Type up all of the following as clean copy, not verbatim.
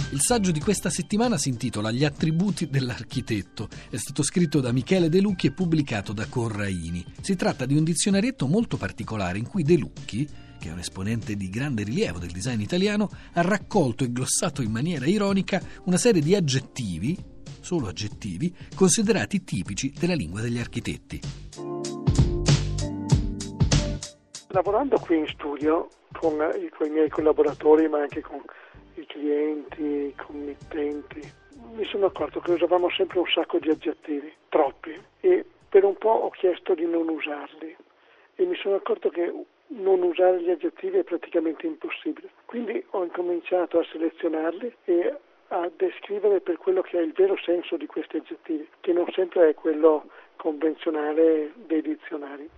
Il saggio di questa settimana si intitola Gli attributi dell'architetto. È stato scritto da Michele De Lucchi e pubblicato da Corraini. Si tratta di un dizionarietto molto particolare in cui De Lucchi, che è un esponente di grande rilievo del design italiano, ha raccolto e glossato in maniera ironica una serie di aggettivi, solo aggettivi, considerati tipici della lingua degli architetti. Lavorando qui in studio con i miei collaboratori, ma anche con i clienti, i committenti, mi sono accorto che usavamo sempre un sacco di aggettivi, troppi, e per un po' ho chiesto di non usarli e mi sono accorto che non usare gli aggettivi è praticamente impossibile. Quindi ho incominciato a selezionarli e a descrivere per quello che è il vero senso di questi aggettivi, che non sempre è quello convenzionale dei dizionari.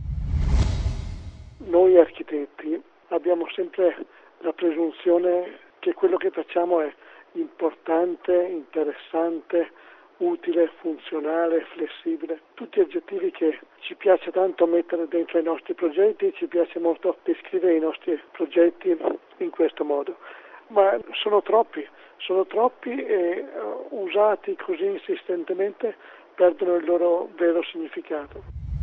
Noi architetti abbiamo sempre la presunzione che quello che facciamo è importante, interessante, utile, funzionale, flessibile. Tutti aggettivi che ci piace tanto mettere dentro i nostri progetti, ci piace molto descrivere i nostri progetti in questo modo. Ma sono troppi e usati così insistentemente perdono il loro vero significato.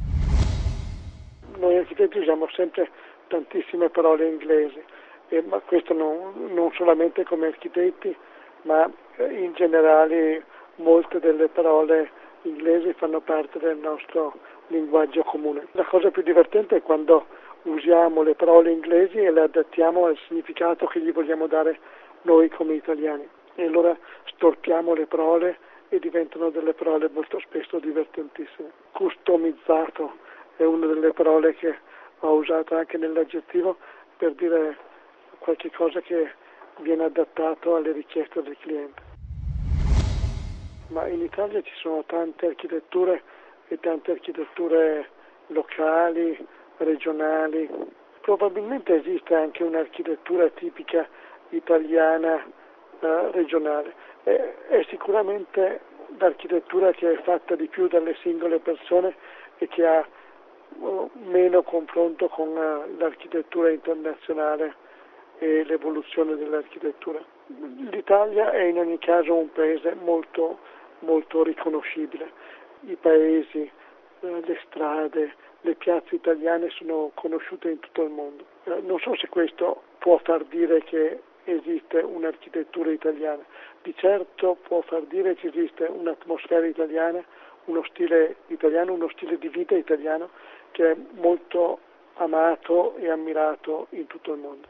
Noi architetti usiamo sempre tantissime parole inglesi, ma questo non solamente come architetti, ma in generale molte delle parole inglesi fanno parte del nostro linguaggio comune. La cosa più divertente è quando usiamo le parole inglesi e le adattiamo al significato che gli vogliamo dare noi come italiani. E allora storpiamo le parole e diventano delle parole molto spesso divertentissime. Customizzato è una delle parole che ho usato anche nell'aggettivo per dire qualche cosa che viene adattato alle richieste del cliente. Ma in Italia ci sono tante architetture e tante architetture locali, regionali. Probabilmente esiste anche un'architettura tipica italiana regionale. È sicuramente l'architettura che è fatta di più dalle singole persone e che ha meno confronto con l'architettura internazionale e l'evoluzione dell'architettura. L'Italia è in ogni caso un paese molto, molto riconoscibile. I paesi, le strade, le piazze italiane sono conosciute in tutto il mondo. Non so se questo può far dire che esiste un'architettura italiana. Di certo può far dire che esiste un'atmosfera italiana, uno stile italiano, uno stile di vita italiano che è molto amato e ammirato in tutto il mondo.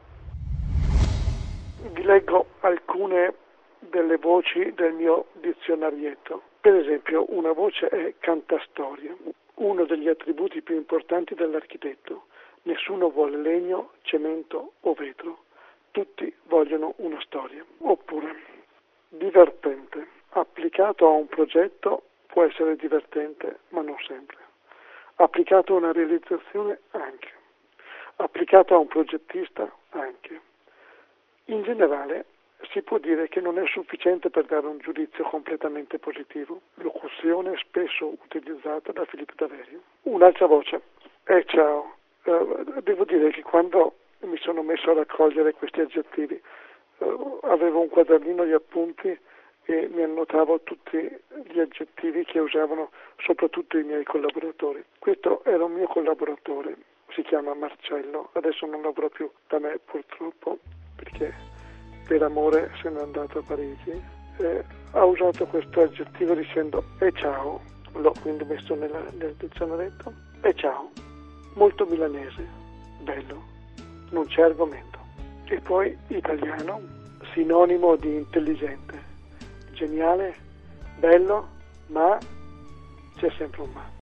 Vi leggo alcune delle voci del mio dizionarietto. Per esempio, una voce è cantastoria, uno degli attributi più importanti dell'architetto. Nessuno vuole legno, cemento o vetro. Tutti vogliono una storia. Oppure, divertente. Applicato a un progetto può essere divertente, ma non sempre. Applicato a una realizzazione, anche. Applicato a un progettista, anche. In generale, si può dire che non è sufficiente per dare un giudizio completamente positivo. Locuzione spesso utilizzata da Filippo Daverio. Un'altra voce è ciao. Devo dire che quando mi sono messo a raccogliere questi aggettivi, avevo un quadernino di appunti e mi annotavo tutti gli aggettivi che usavano soprattutto i miei collaboratori. Questo era un mio collaboratore, si chiama Marcello, adesso non lavora più da me purtroppo perché per amore se n'è andato a Parigi. Ha usato questo aggettivo dicendo ciao, l'ho quindi messo nel dizionarietto, ciao, molto milanese, bello, non c'è argomento. E poi italiano, sinonimo di intelligente, geniale, bello, ma c'è sempre un ma.